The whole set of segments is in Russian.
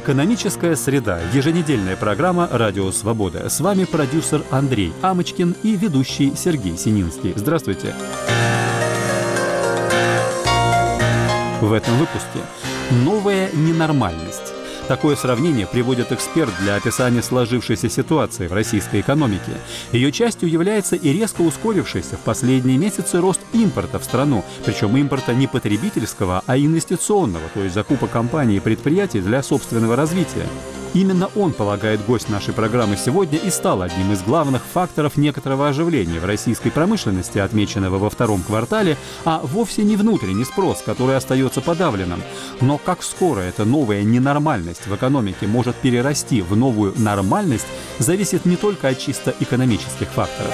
Экономическая среда. Еженедельная программа «Радио Свобода». С вами продюсер Андрей Амочкин и ведущий Сергей Сининский. Здравствуйте. В этом выпуске «Новая ненормальность». Такое сравнение приводит эксперт для описания сложившейся ситуации в российской экономике. Ее частью является и резко ускорившийся в последние месяцы рост импорта в страну, причем импорта не потребительского, а инвестиционного, то есть закупок компаний и предприятий для собственного развития. Именно он, полагает гость нашей программы сегодня, и стал одним из главных факторов некоторого оживления в российской промышленности, отмеченного во втором квартале, а вовсе не внутренний спрос, который остается подавленным. Но как скоро эта новая ненормальность в экономике может перерасти в новую нормальность, зависит не только от чисто экономических факторов.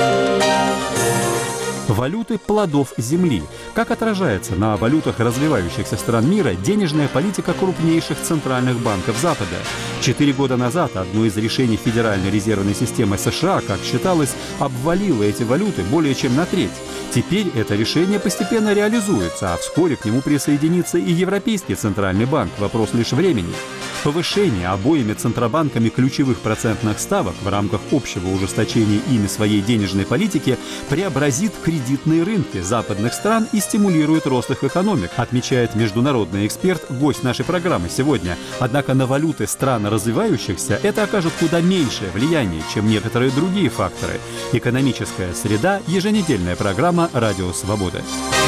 Валюты плодов земли. Как отражается на валютах развивающихся стран мира денежная политика крупнейших центральных банков Запада? 4 года назад одно из решений Федеральной резервной системы США, как считалось, обвалило эти валюты более чем на треть. Теперь это решение постепенно реализуется, а вскоре к нему присоединится и Европейский центральный банк. Вопрос лишь времени. Повышение обоими центробанками ключевых процентных ставок в рамках общего ужесточения ими своей денежной политики преобразит кредитные рынки западных стран и стимулирует рост их экономик, отмечает международный эксперт, гость нашей программы сегодня. Однако на валюты стран развивающихся это окажет куда меньшее влияние, чем некоторые другие факторы. Экономическая среда. Еженедельная программа «Радио Свобода».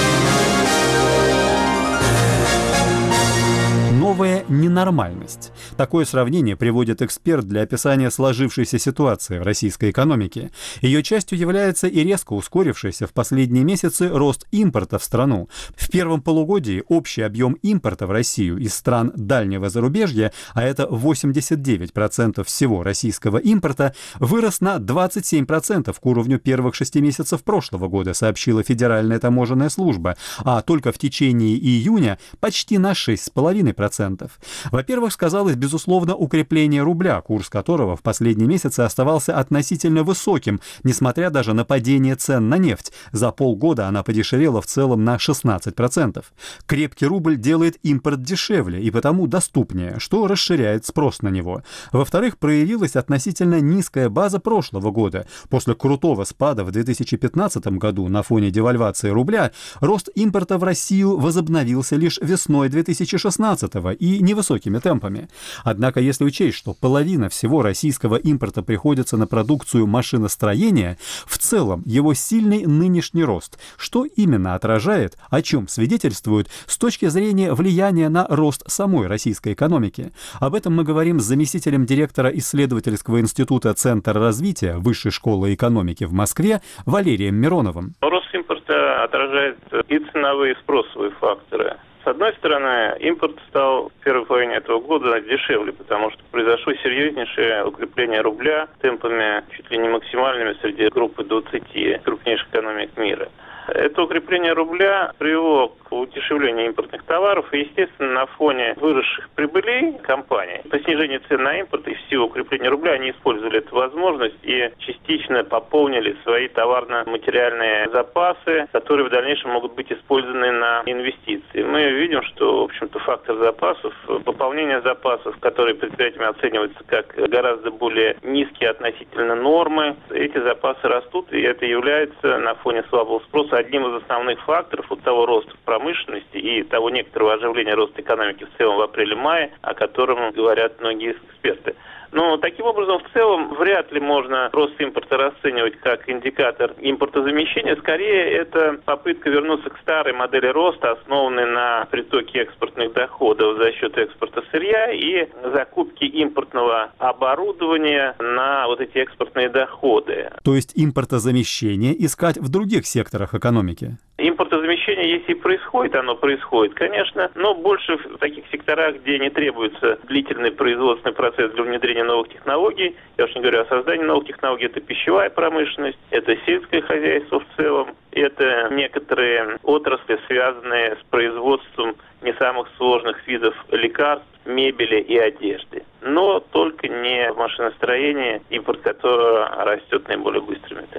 Новая ненормальность. Такое сравнение приводит эксперт для описания сложившейся ситуации в российской экономике. Ее частью является и резко ускорившийся в последние месяцы рост импорта в страну. В первом полугодии общий объем импорта в Россию из стран дальнего зарубежья, а это 89% всего российского импорта, вырос на 27% к уровню первых 6 месяцев прошлого года, сообщила Федеральная таможенная служба, а только в течение июня почти на 6,5%. Во-первых, сказалось, безусловно, укрепление рубля, курс которого в последние месяцы оставался относительно высоким, несмотря даже на падение цен на нефть. За полгода она подешевела в целом на 16%. Крепкий рубль делает импорт дешевле и потому доступнее, что расширяет спрос на него. Во-вторых, проявилась относительно низкая база прошлого года. После крутого спада в 2015 году на фоне девальвации рубля, рост импорта в Россию возобновился лишь весной 2016 и невысокими темпами. Однако, если учесть, что половина всего российского импорта приходится на продукцию машиностроения, в целом его сильный нынешний рост, что именно отражает, о чем свидетельствует с точки зрения влияния на рост самой российской экономики. Об этом мы говорим с заместителем директора исследовательского института Центр развития Высшей школы экономики в Москве Валерием Мироновым. Рост импорта отражает и ценовые, и спросовые факторы. С одной стороны, импорт стал в первой половине этого года дешевле, потому что произошло серьезнейшее укрепление рубля темпами чуть ли не максимальными среди группы 20 крупнейших экономик мира. Это укрепление рубля привело к удешевлению импортных товаров и, естественно, на фоне выросших прибылей компаний по снижению цен на импорт и в силу укрепления рубля они использовали эту возможность и частично пополнили свои товарно-материальные запасы, которые в дальнейшем могут быть использованы на инвестиции. Мы видим, что, в общем-то, фактор запасов, пополнение запасов, которые предприятиями оцениваются как гораздо более низкие относительно нормы, эти запасы растут, и это является на фоне слабого спроса одним из основных факторов вот того роста в промышленности и того некоторого оживления роста экономики в целом в апреле-мае, о котором говорят многие эксперты. Но таким образом, в целом, вряд ли можно рост импорта расценивать как индикатор импортозамещения. Скорее, это попытка вернуться к старой модели роста, основанной на притоке экспортных доходов за счет экспорта сырья и закупки импортного оборудования на вот эти экспортные доходы. То есть импортозамещение искать в других секторах экономики? Импортозамещение, если и происходит, оно происходит, конечно, но больше в таких секторах, где не требуется длительный производственный процесс для внедрения новых технологий. Я уж не говорю о создании новых технологий. Это пищевая промышленность, это сельское хозяйство в целом, это некоторые отрасли, связанные с производством не самых сложных видов лекарств, мебели и одежды. Но только не в машиностроении, импорт которого растет наиболее быстрыми темпами.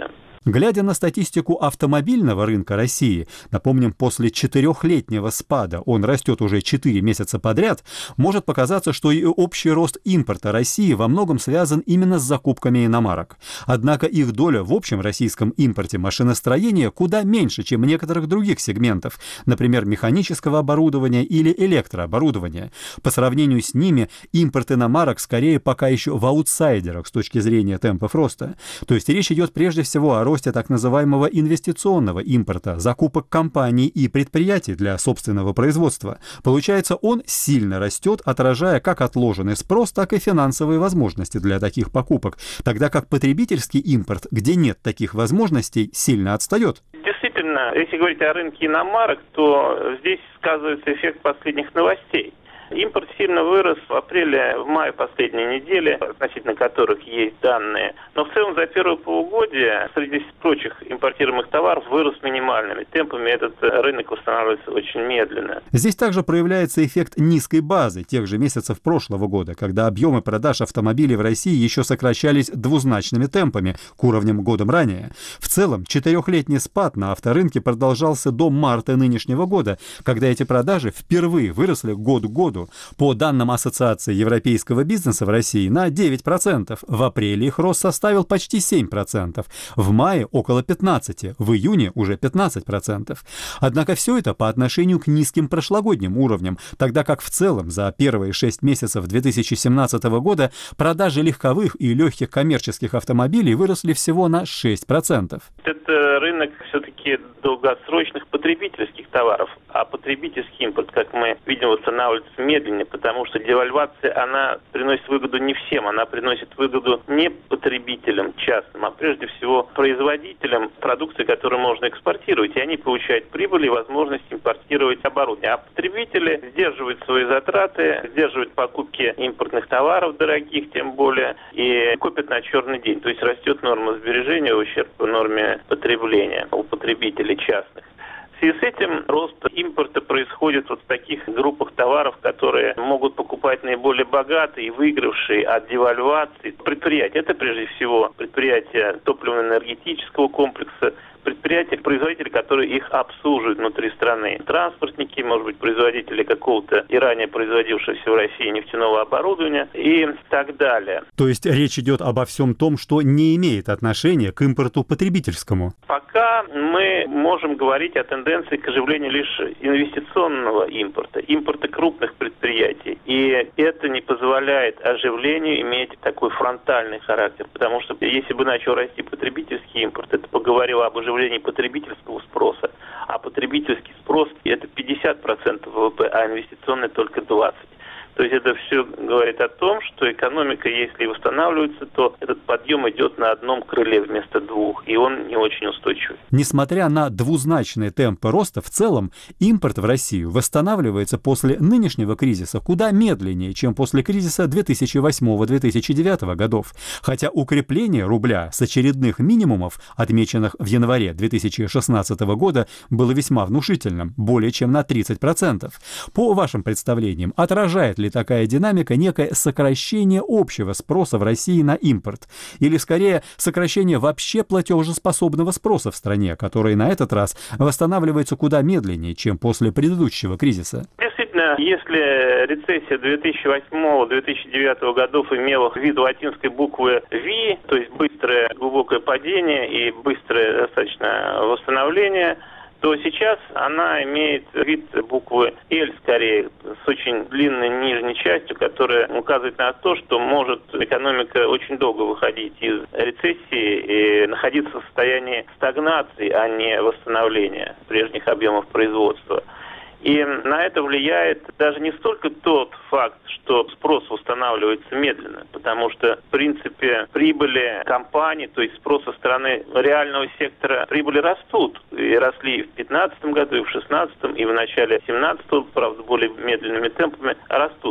Глядя на статистику автомобильного рынка России, напомним, после 4-летнего спада он растет уже 4 месяца подряд, может показаться, что и общий рост импорта России во многом связан именно с закупками иномарок. Однако их доля в общем российском импорте машиностроения куда меньше, чем некоторых других сегментов, например, механического оборудования или электрооборудования. По сравнению с ними, импорт иномарок скорее пока еще в аутсайдерах с точки зрения темпов роста. То есть речь идет прежде всего о росте так называемого инвестиционного импорта, закупок компаний и предприятий для собственного производства. Получается, он сильно растет, отражая как отложенный спрос, так и финансовые возможности для таких покупок, тогда как потребительский импорт, где нет таких возможностей, сильно отстает. Действительно, если говорить о рынке иномарок, то здесь сказывается эффект последних новостей. Импорт сильно вырос в апреле, в мае последней недели, относительно которых есть данные. Но в целом за первое полугодие среди прочих импортируемых товаров вырос минимальными темпами. Этот рынок восстанавливается очень медленно. Здесь также проявляется эффект низкой базы тех же месяцев прошлого года, когда объемы продаж автомобилей в России еще сокращались двузначными темпами к уровням годом ранее. В целом, 4-летний спад на авторынке продолжался до марта нынешнего года, когда эти продажи впервые выросли год к году. По данным Ассоциации европейского бизнеса в России на 9%, в апреле их рост составил почти 7%, в мае около 15%, в июне уже 15%. Однако все это по отношению к низким прошлогодним уровням, тогда как в целом за первые 6 месяцев 2017 года продажи легковых и легких коммерческих автомобилей выросли всего на 6%. Это рынок все-таки долгосрочных потребительских товаров, а потребительский импорт, как мы видим, восстанавливается медленнее, потому что девальвация, она приносит выгоду не всем, она приносит выгоду не потребителям частным, а прежде всего производителям продукции, которую можно экспортировать, и они получают прибыль и возможность импортировать оборудование. А потребители сдерживают свои затраты, сдерживают покупки импортных товаров дорогих, тем более, и копят на черный день. То есть растет норма сбережения в ущерб норме потребления у потребителей частных. В связи с этим рост импорта происходит вот в таких группах товаров, которые могут покупать наиболее богатые и выигравшие от девальвации предприятия. Это прежде всего предприятия топливно-энергетического комплекса, предприятия, производители, которые их обслуживают внутри страны. Транспортники, может быть, производители какого-то и ранее производившегося в России нефтяного оборудования и так далее. То есть речь идет обо всем том, что не имеет отношения к импорту потребительскому? Пока мы можем говорить о тенденции к оживлению лишь инвестиционного импорта, импорта крупных предприятий. И это не позволяет оживлению иметь такой фронтальный характер, потому что если бы начал расти потребительский импорт, это поговорило об оживлении потребительского спроса, а потребительский спрос – это 50% ВВП, а инвестиционный только 20%. То есть это все говорит о том, что экономика, если восстанавливается, то этот подъем идет на одном крыле вместо двух, и он не очень устойчивый. Несмотря на двузначные темпы роста, в целом импорт в Россию восстанавливается после нынешнего кризиса куда медленнее, чем после кризиса 2008-2009 годов. Хотя укрепление рубля с очередных минимумов, отмеченных в январе 2016 года, было весьма внушительным, более чем на 30%. По вашим представлениям, отражает ли такая динамика некое сокращение общего спроса в России на импорт? Или, скорее, сокращение вообще платежеспособного спроса в стране, который на этот раз восстанавливается куда медленнее, чем после предыдущего кризиса? Действительно, если рецессия 2008-2009 годов имела в виду латинской буквы V, то есть быстрое глубокое падение и быстрое достаточно восстановление, то сейчас она имеет вид буквы L скорее, с очень длинной нижней частью, которая указывает на то, что может экономика очень долго выходить из рецессии и находиться в состоянии стагнации, а не восстановления прежних объемов производства. И на это влияет даже не столько тот факт, что спрос восстанавливается медленно, потому что, в принципе, прибыли компаний, то есть спрос со стороны реального сектора, прибыли растут. И росли и в 2015 году, и в 2016, и в начале 2017, правда, более медленными темпами растут.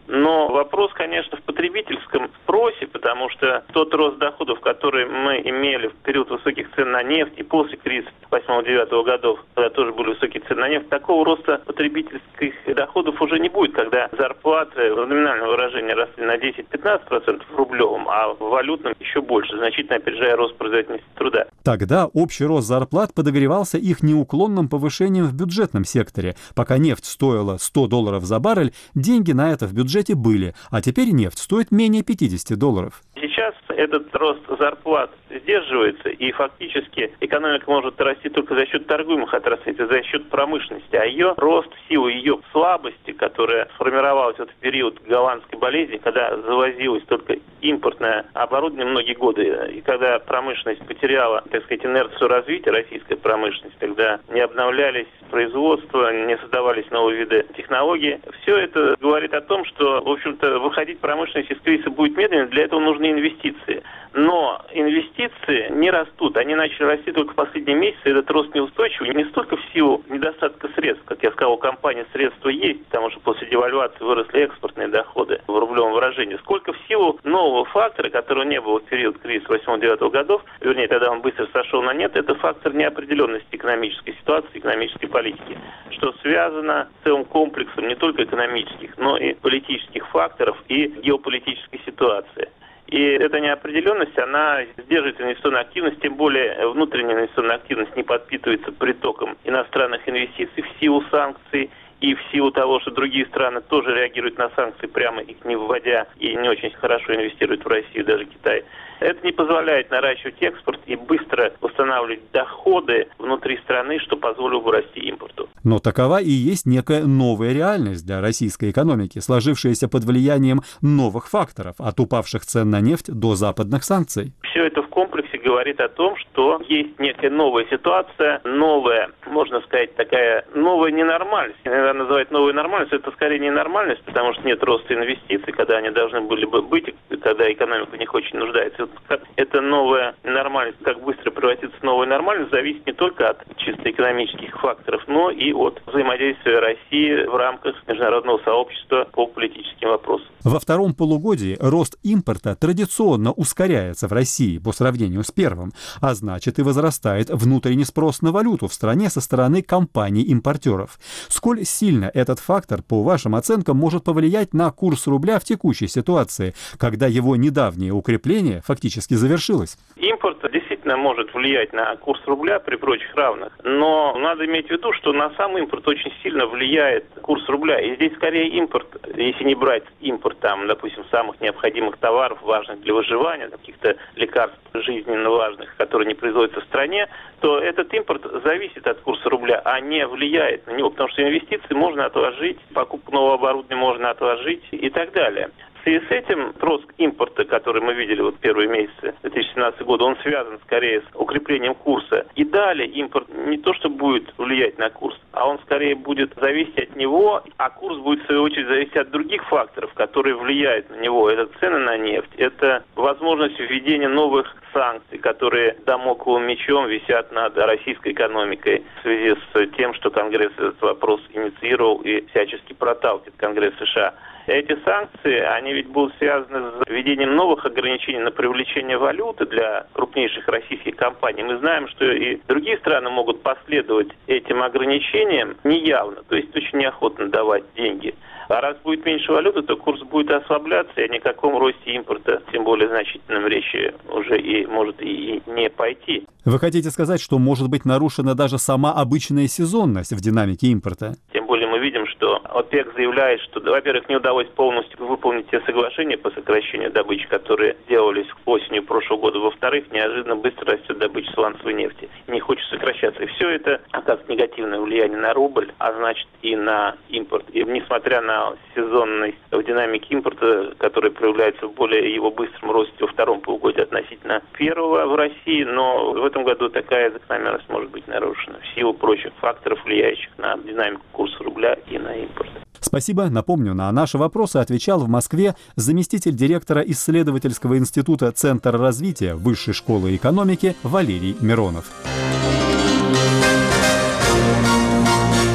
Но вопрос, конечно, в потребительском спросе, потому что тот рост доходов, который мы имели в период высоких цен на нефть и после кризиса 8-9 годов, когда тоже были высокие цены на нефть, такого роста потребительских доходов уже не будет, когда зарплаты в номинальном выражении росли на 10-15% в рублевом, а в валютном еще больше, значительно опережая рост производительности труда. Тогда общий рост зарплат подогревался их неуклонным повышением в бюджетном секторе. Пока нефть стоила $100 за баррель, деньги на это в бюджете были, а теперь нефть стоит менее $50. Сейчас этот рост зарплат сдерживается, и фактически экономика может расти только за счет торгуемых отраслей, за счет промышленности, а ее рост в силу ее слабости, которая сформировалась вот в период голландской болезни, когда завозилось только импортное оборудование многие годы, и когда промышленность потеряла, так сказать, инерцию развития российской промышленности, когда не обновлялись производства, не создавались новые виды технологий. Все это говорит о том, что, в общем-то, выходить промышленность из кризиса будет медленно, для этого нужны инвестиции. Но инвестиции не растут. Они начали расти только в последние месяцы. Этот рост неустойчивый. Не столько в силу недостатка средств. Как я сказал, у компании средства есть, потому что после девальвации выросли экспортные доходы в рублевом выражении. Сколько в силу нового фактора, которого не было в период кризиса 8-9 годов, вернее, тогда он быстро сошел на нет, это фактор неопределенности экономической ситуации, экономической политики, что связано с целым комплексом не только экономических, но и политических факторов и геополитической ситуации. И эта неопределенность, она сдерживает инвестиционную активность, тем более внутренняя инвестиционная активность не подпитывается притоком иностранных инвестиций в силу санкций и в силу того, что другие страны тоже реагируют на санкции, прямо их не вводя и не очень хорошо инвестируют в Россию, даже Китай. Это не позволяет наращивать экспорт и быстро устанавливать доходы внутри страны, что позволило бы расти импорту. Но такова и есть некая новая реальность для российской экономики, сложившаяся под влиянием новых факторов, от упавших цен на нефть до западных санкций. Все это в комплексе говорит о том, что есть некая новая ситуация, новая, можно сказать, такая новая ненормальность. Иногда называют новой нормальностью, это скорее ненормальность, потому что нет роста инвестиций, когда они должны были бы быть, когда экономика в них очень нуждается. Это новая нормальность, как быстро превратится в новую нормальность, зависит не только от чисто экономических факторов, но и от взаимодействия России в рамках международного сообщества по политическим вопросам. Во втором полугодии рост импорта традиционно ускоряется в России по сравнению с первым, а значит и возрастает внутренний спрос на валюту в стране со стороны компаний-импортеров. Сколь сильно этот фактор, по вашим оценкам, может повлиять на курс рубля в текущей ситуации, когда его недавнее укрепление фактически завершилось? Импорт действительно может влиять на курс рубля при прочих равных, но надо иметь в виду, что на сам импорт очень сильно влияет курс рубля. И здесь скорее импорт, если не брать импорт, там, допустим, самых необходимых товаров, важных для выживания, каких-то лекарств жизненно важных, которые не производятся в стране, то этот импорт зависит от курса рубля, а не влияет на него, потому что инвестиции можно отложить, покупку нового оборудования можно отложить и так далее. В связи с этим рост импорта, который мы видели вот первые месяцы 2017 года, он связан скорее с укреплением курса. И далее импорт не то что будет влиять на курс, а он скорее будет зависеть от него, а курс будет в свою очередь зависеть от других факторов, которые влияют на него. Это цены на нефть, это возможность введения новых санкций, которые дамокловым мечом висят над российской экономикой в связи с тем, что Конгресс этот вопрос инициировал и всячески проталкивает Конгресс США. Эти санкции, они ведь будут связаны с введением новых ограничений на привлечение валюты для крупнейших российских компаний. Мы знаем, что и другие страны могут последовать этим ограничениям неявно, то есть очень неохотно давать деньги. А раз будет меньше валюты, то курс будет ослабляться, и о никаком росте импорта, тем более значительном, речи уже и может и не пойти. Вы хотите сказать, что может быть нарушена даже сама обычная сезонность в динамике импорта? Тем более мы видим, что ОПЕК заявляет, что, во-первых, не удалось полностью выполнить те соглашения по сокращению добычи, которые делались осенью прошлого года. Во-вторых, неожиданно быстро растет добыча сланцевой нефти. Не хочет сокращаться. И все это оказывает негативное влияние на рубль, а значит и на импорт. И несмотря на сезонность в динамике импорта, которая проявляется в более его быстром росте во втором полугодии относительно первого в России, но в этом году такая закономерность может быть нарушена в силу прочих факторов, влияющих на динамику курса рубля и на импорт. Спасибо. Напомню, на наши вопросы отвечал в Москве заместитель директора исследовательского института Центр развития Высшей школы экономики Валерий Миронов.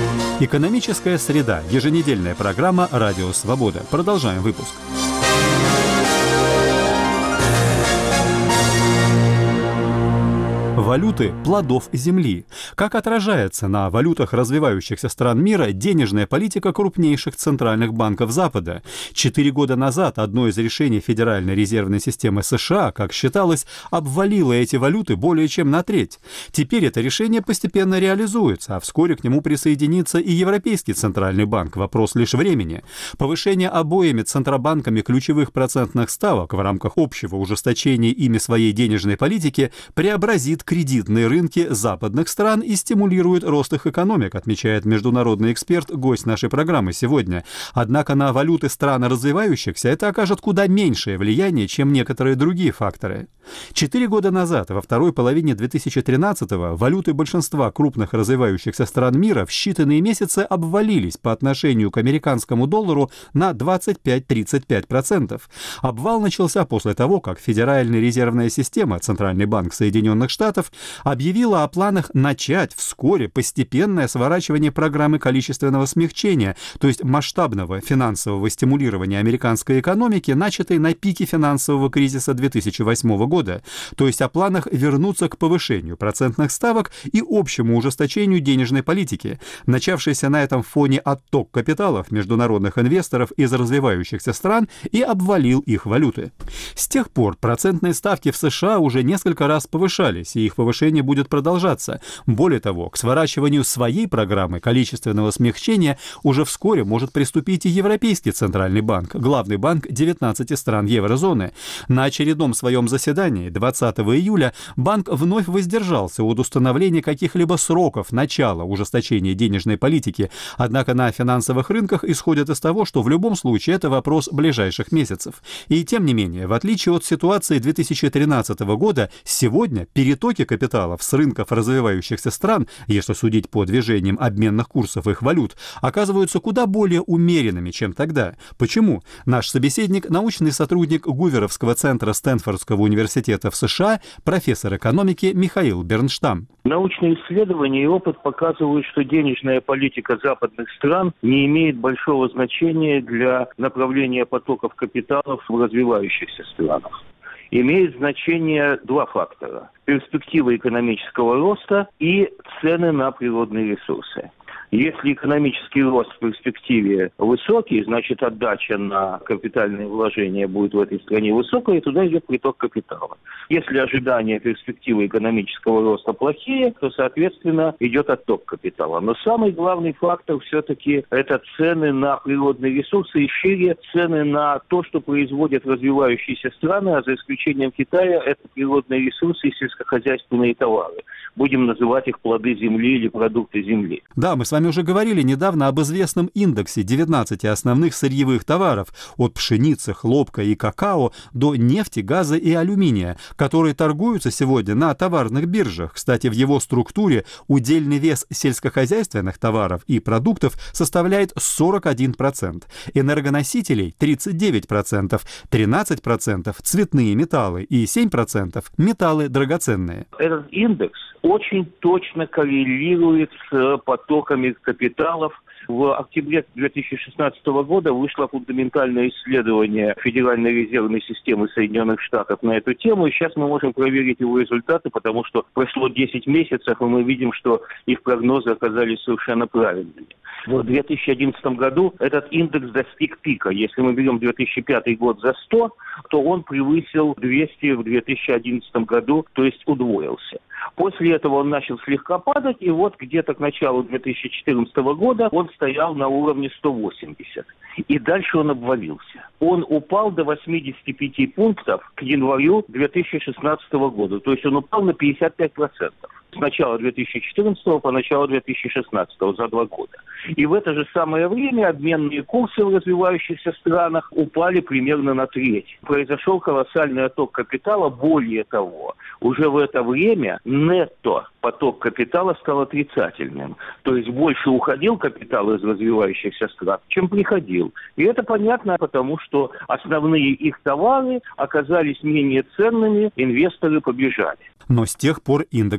Экономическая среда. Еженедельная программа «Радио Свобода». Продолжаем выпуск. Валюты плодов земли. Как отражается на валютах развивающихся стран мира денежная политика крупнейших центральных банков Запада? 4 года назад одно из решений Федеральной резервной системы США, как считалось, обвалило эти валюты более чем на треть. Теперь это решение постепенно реализуется, а вскоре к нему присоединится и Европейский центральный банк. Вопрос лишь времени. Повышение обоими центробанками ключевых процентных ставок в рамках общего ужесточения ими своей денежной политики преобразит кредитные рынки западных стран и стимулирует рост их экономик, отмечает международный эксперт, гость нашей программы сегодня. Однако на валюты стран развивающихся это окажет куда меньшее влияние, чем некоторые другие факторы. 4 года назад, во второй половине 2013-го, валюты большинства крупных развивающихся стран мира в считанные месяцы обвалились по отношению к американскому доллару на 25-35%. Обвал начался после того, как Федеральная резервная система, Центральный банк Соединенных Штатов, объявила о планах начать вскоре постепенное сворачивание программы количественного смягчения, то есть масштабного финансового стимулирования американской экономики, начатой на пике финансового кризиса 2008 года, то есть о планах вернуться к повышению процентных ставок и общему ужесточению денежной политики. Начавшийся на этом фоне отток капиталов международных инвесторов из развивающихся стран и обвалил их валюты. С тех пор процентные ставки в США уже несколько раз повышались, и их повышение будет продолжаться. Более того, к сворачиванию своей программы количественного смягчения уже вскоре может приступить и Европейский центральный банк, главный банк 19 стран еврозоны. На очередном своем заседании 20 июля банк вновь воздержался от установления каких-либо сроков начала ужесточения денежной политики, однако на финансовых рынках исходят из того, что в любом случае это вопрос ближайших месяцев. И тем не менее, в отличие от ситуации 2013 года, сегодня перетоки капиталов с рынков развивающихся стран, если судить по движениям обменных курсов их валют, оказываются куда более умеренными, чем тогда. Почему? Наш собеседник, научный сотрудник Гуверовского центра Стэнфордского университета в США, профессор экономики Михаил Бернштам. Научные исследования и опыт показывают, что денежная политика западных стран не имеет большого значения для направления потоков капиталов в развивающихся странах. Имеет значение два фактора: перспектива экономического роста и цены на природные ресурсы. Если экономический рост в перспективе высокий, значит отдача на капитальные вложения будет в этой стране высокая, и туда идет приток капитала. Если ожидания перспективы экономического роста плохие, то, соответственно, идет отток капитала. Но самый главный фактор все-таки это цены на природные ресурсы и шире цены на то, что производят развивающиеся страны, а за исключением Китая это природные ресурсы и сельскохозяйственные товары. Будем называть их плоды земли или продукты земли. Да, мы с вами уже говорили недавно об известном индексе 19 основных сырьевых товаров, от пшеницы, хлопка и какао до нефти, газа и алюминия, которые торгуются сегодня на товарных биржах. Кстати, в его структуре удельный вес сельскохозяйственных товаров и продуктов составляет 41%, энергоносителей 39%, 13% цветные металлы и 7% металлы драгоценные. Этот индекс очень точно коррелирует с потоками капиталов. В октябре 2016 года вышло фундаментальное исследование Федеральной резервной системы Соединенных Штатов на эту тему, и сейчас мы можем проверить его результаты, потому что прошло 10 месяцев, и мы видим, что их прогнозы оказались совершенно правильными. В 2011 году этот индекс достиг пика. Если мы берем 2005 год за 100, то он превысил 200 в 2011 году, то есть удвоился. После этого он начал слегка падать, и вот где-то к началу 2014 года он стоял на уровне 180. И дальше он обвалился. Он упал до 85 пунктов к январю 2016 года. То есть он упал на 55%. С начала 2014 по начало 2016 за 2 года. И в это же самое время обменные курсы в развивающихся странах упали примерно на треть. Произошел колоссальный отток капитала. Более того, уже в это время нетто поток капитала стал отрицательным. То есть больше уходил капитал из развивающихся стран, чем приходил. И это понятно, потому что основные их товары оказались менее ценными, инвесторы побежали. Но с тех пор индекс подрос.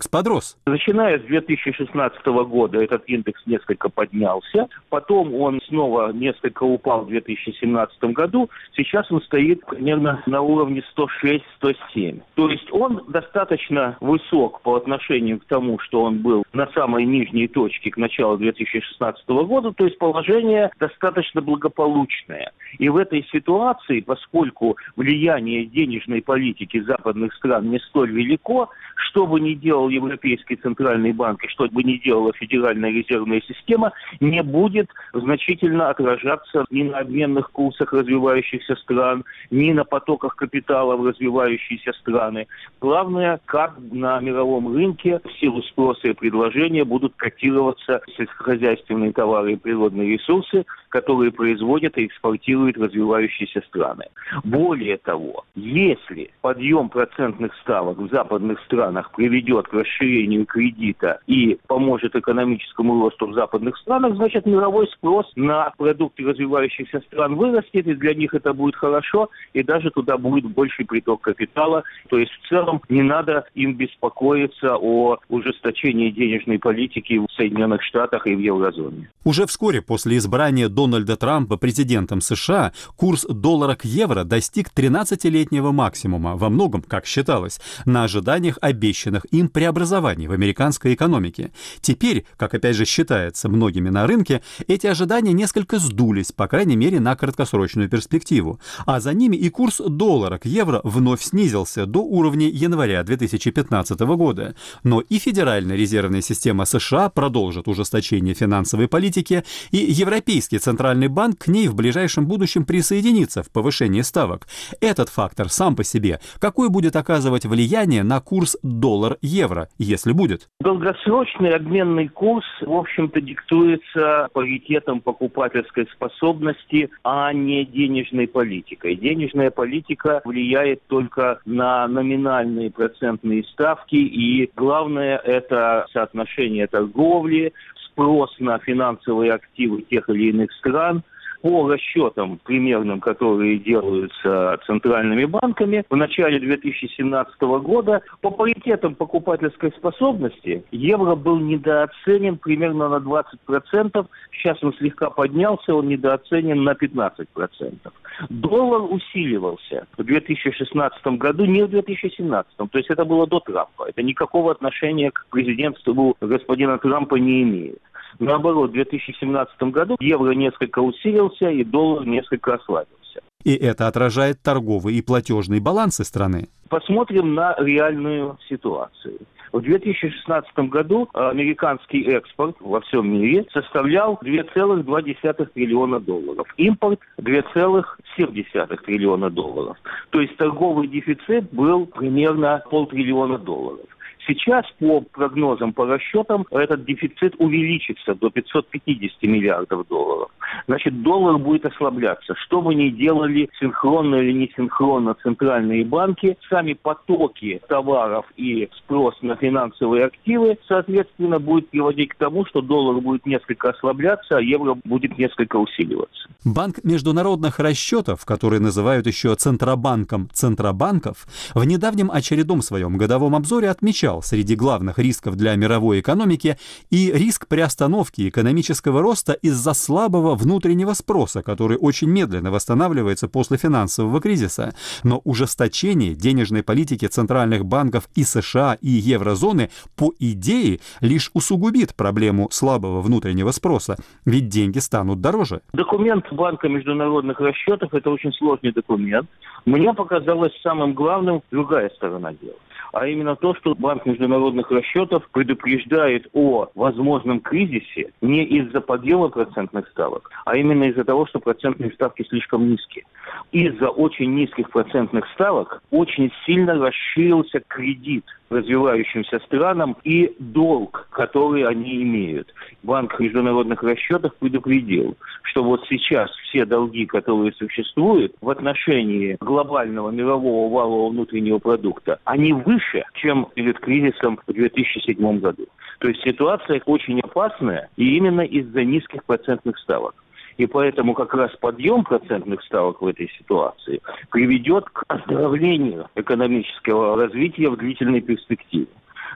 спрос. Начиная с 2016 года этот индекс несколько поднялся, потом он снова несколько упал в 2017 году, сейчас он стоит примерно на уровне 106-107. То есть он достаточно высок по отношению к тому, что он был на самой нижней точке к началу 2016 года, то есть положение достаточно благополучное. И в этой ситуации, поскольку влияние денежной политики западных стран не столь велико, что бы ни делал Европейский центральный банк и что бы ни делала Федеральная резервная система, не будет значительно отражаться ни на обменных курсах развивающихся стран, ни на потоках капитала в развивающиеся страны. Главное, как на мировом рынке в силу спроса и предложения будут котироваться сельскохозяйственные товары и природные ресурсы, которые производят и экспортируют развивающиеся страны. Более того, если подъем процентных ставок в западных странах приведет к расширению кредита и поможет экономическому росту в западных странах, значит мировой спрос на продукты развивающихся стран вырастет, и для них это будет хорошо, и даже туда будет больший приток капитала. То есть в целом не надо им беспокоиться о ужесточении денежной политики в Соединенных Штатах и в еврозоне. Уже вскоре после избрания Дональда Трампа президентом США курс доллара к евро достиг 13-летнего максимума, во многом, как считалось, на ожиданиях обещанных им преобразований в американской экономике. Теперь, как опять же считается многими на рынке, эти ожидания несколько сдулись, по крайней мере, на краткосрочную перспективу. А за ними и курс доллара к евро вновь снизился до уровня января 2015 года. Но и Федеральная резервная система США продолжит ужесточение финансовой политики, и Европейский центральный банк к ней в ближайшем будущем присоединится в повышении ставок. Этот фактор сам по себе какое будет оказывать влияние на курс доллар-евро, если будет? Долгосрочный обменный курс, в общем-то, диктуется паритетом покупательской способности, а не денежной политикой. Денежная политика влияет только на номинальные процентные ставки, и главное – это соотношение торговли, спрос на финансовые активы тех или иных стран. По расчетам примерным, которые делаются центральными банками, в начале 2017 года по паритетам покупательской способности евро был недооценен примерно на 20%. Сейчас он слегка поднялся, он недооценен на 15%. Доллар усиливался в 2016 году, не в 2017. То есть это было до Трампа. Это никакого отношения к президентству господина Трампа не имеет. Наоборот, в 2017 году евро несколько усилился и доллар несколько ослабился. И это отражает торговый и платежный балансы страны. Посмотрим на реальную ситуацию. В 2016 году американский экспорт во всем мире составлял 2,2 триллиона долларов. Импорт 2,7 триллиона долларов. То есть торговый дефицит был примерно $500 миллиона. Сейчас, по прогнозам, по расчетам, этот дефицит увеличится до 550 миллиардов долларов. Значит, доллар будет ослабляться. Что бы ни делали, синхронно или не синхронно центральные банки, сами потоки товаров и спрос на финансовые активы, соответственно, будет приводить к тому, что доллар будет несколько ослабляться, а евро будет несколько усиливаться. Банк международных расчетов, который называют еще Центробанком Центробанков, в недавнем очередном своем годовом обзоре отмечал среди главных рисков для мировой экономики и риск приостановки экономического роста из-за слабого внутреннего спроса, который очень медленно восстанавливается после финансового кризиса. Но ужесточение денежной политики центральных банков и США, и еврозоны, по идее, лишь усугубит проблему слабого внутреннего спроса, ведь деньги станут дороже. Документ Банка международных расчетов – это очень сложный документ. Мне показалось самым главным другая сторона дела. А именно то, что Банк международных расчетов предупреждает о возможном кризисе не из-за подъема процентных ставок, а именно из-за того, что процентные ставки слишком низкие. Из-за очень низких процентных ставок очень сильно расширился кредит развивающимся странам и долг, который они имеют. Банк международных расчетов предупредил, что вот сейчас все долги, которые существуют в отношении глобального мирового валового внутреннего продукта, они выше, чем перед кризисом в 2007 году. То есть ситуация очень опасная, и именно из-за низких процентных ставок. И поэтому как раз подъем процентных ставок в этой ситуации приведет к оздоровлению экономического развития в длительной перспективе.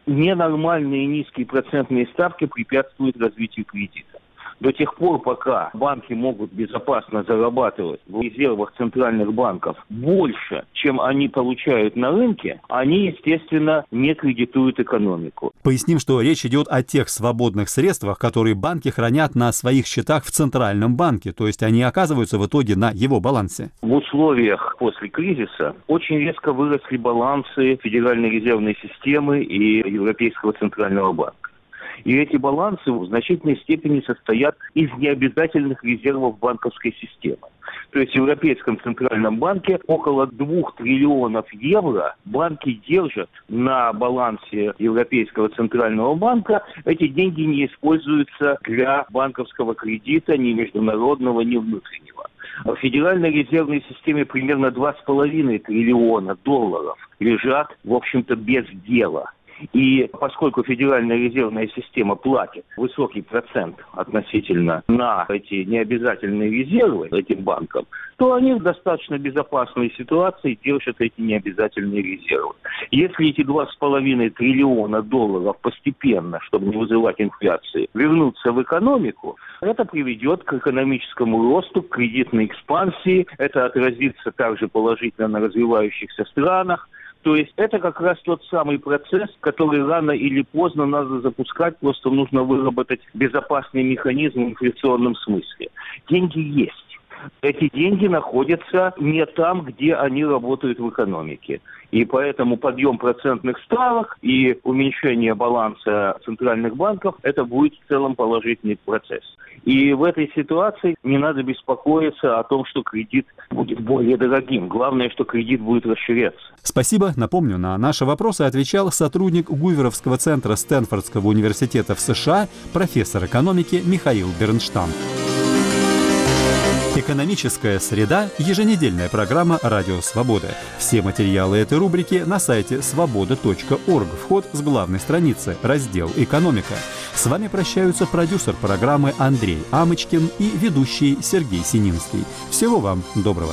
Ненормальные низкие процентные ставки препятствуют развитию кредита. До тех пор, пока банки могут безопасно зарабатывать в резервах центральных банков больше, чем они получают на рынке, они, естественно, не кредитуют экономику. Поясним, что речь идет о тех свободных средствах, которые банки хранят на своих счетах в Центральном банке, то есть они оказываются в итоге на его балансе. В условиях после кризиса очень резко выросли балансы Федеральной резервной системы и Европейского центрального банка. И эти балансы в значительной степени состоят из необязательных резервов банковской системы. То есть в Европейском центральном банке около 2 триллионов евро банки держат на балансе Европейского центрального банка. Эти деньги не используются для банковского кредита ни международного, ни внутреннего. В Федеральной резервной системе примерно 2,5 триллиона долларов лежат, в общем-то, без дела. И поскольку Федеральная резервная система платит высокий процент относительно на эти необязательные резервы этим банкам, то они в достаточно безопасной ситуации держат эти необязательные резервы. Если эти 2,5 триллиона долларов постепенно, чтобы не вызывать инфляции, вернутся в экономику, это приведет к экономическому росту, к кредитной экспансии, это отразится также положительно на развивающихся странах. То есть это как раз тот самый процесс, который рано или поздно надо запускать, просто нужно выработать безопасный механизм в инфляционном смысле. Деньги есть. Эти деньги находятся не там, где они работают в экономике. И поэтому подъем процентных ставок и уменьшение баланса центральных банков – это будет в целом положительный процесс. И в этой ситуации не надо беспокоиться о том, что кредит будет более дорогим. Главное, что кредит будет расширяться. Спасибо. Напомню, на наши вопросы отвечал сотрудник Гуверовского центра Стэнфордского университета в США, профессор экономики Михаил Бернштам. «Экономическая среда» – еженедельная программа «Радио Свобода». Все материалы этой рубрики на сайте svoboda.org. Вход с главной страницы, раздел «Экономика». С вами прощаются продюсер программы Андрей Амочкин и ведущий Сергей Сининский. Всего вам доброго.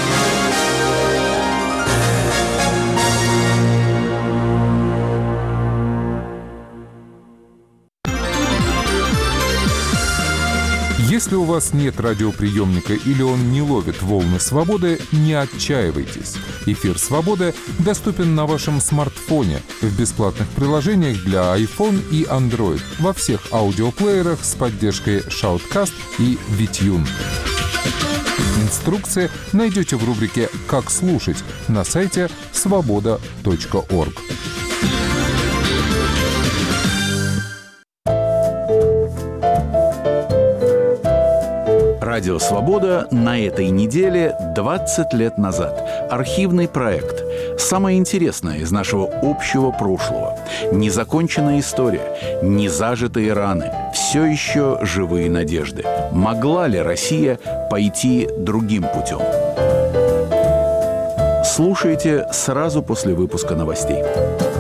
Если у вас нет радиоприемника или он не ловит волны свободы, не отчаивайтесь. Эфир «Свобода» доступен на вашем смартфоне в бесплатных приложениях для iPhone и Android во всех аудиоплеерах с поддержкой Shoutcast и VTune. Инструкции найдете в рубрике «Как слушать» на сайте svoboda.org. Радио «Свобода» на этой неделе 20 лет назад. Архивный проект. Самое интересное из нашего общего прошлого. Незаконченная история, незажитые раны, все еще живые надежды. Могла ли Россия пойти другим путем? Слушайте сразу после выпуска новостей.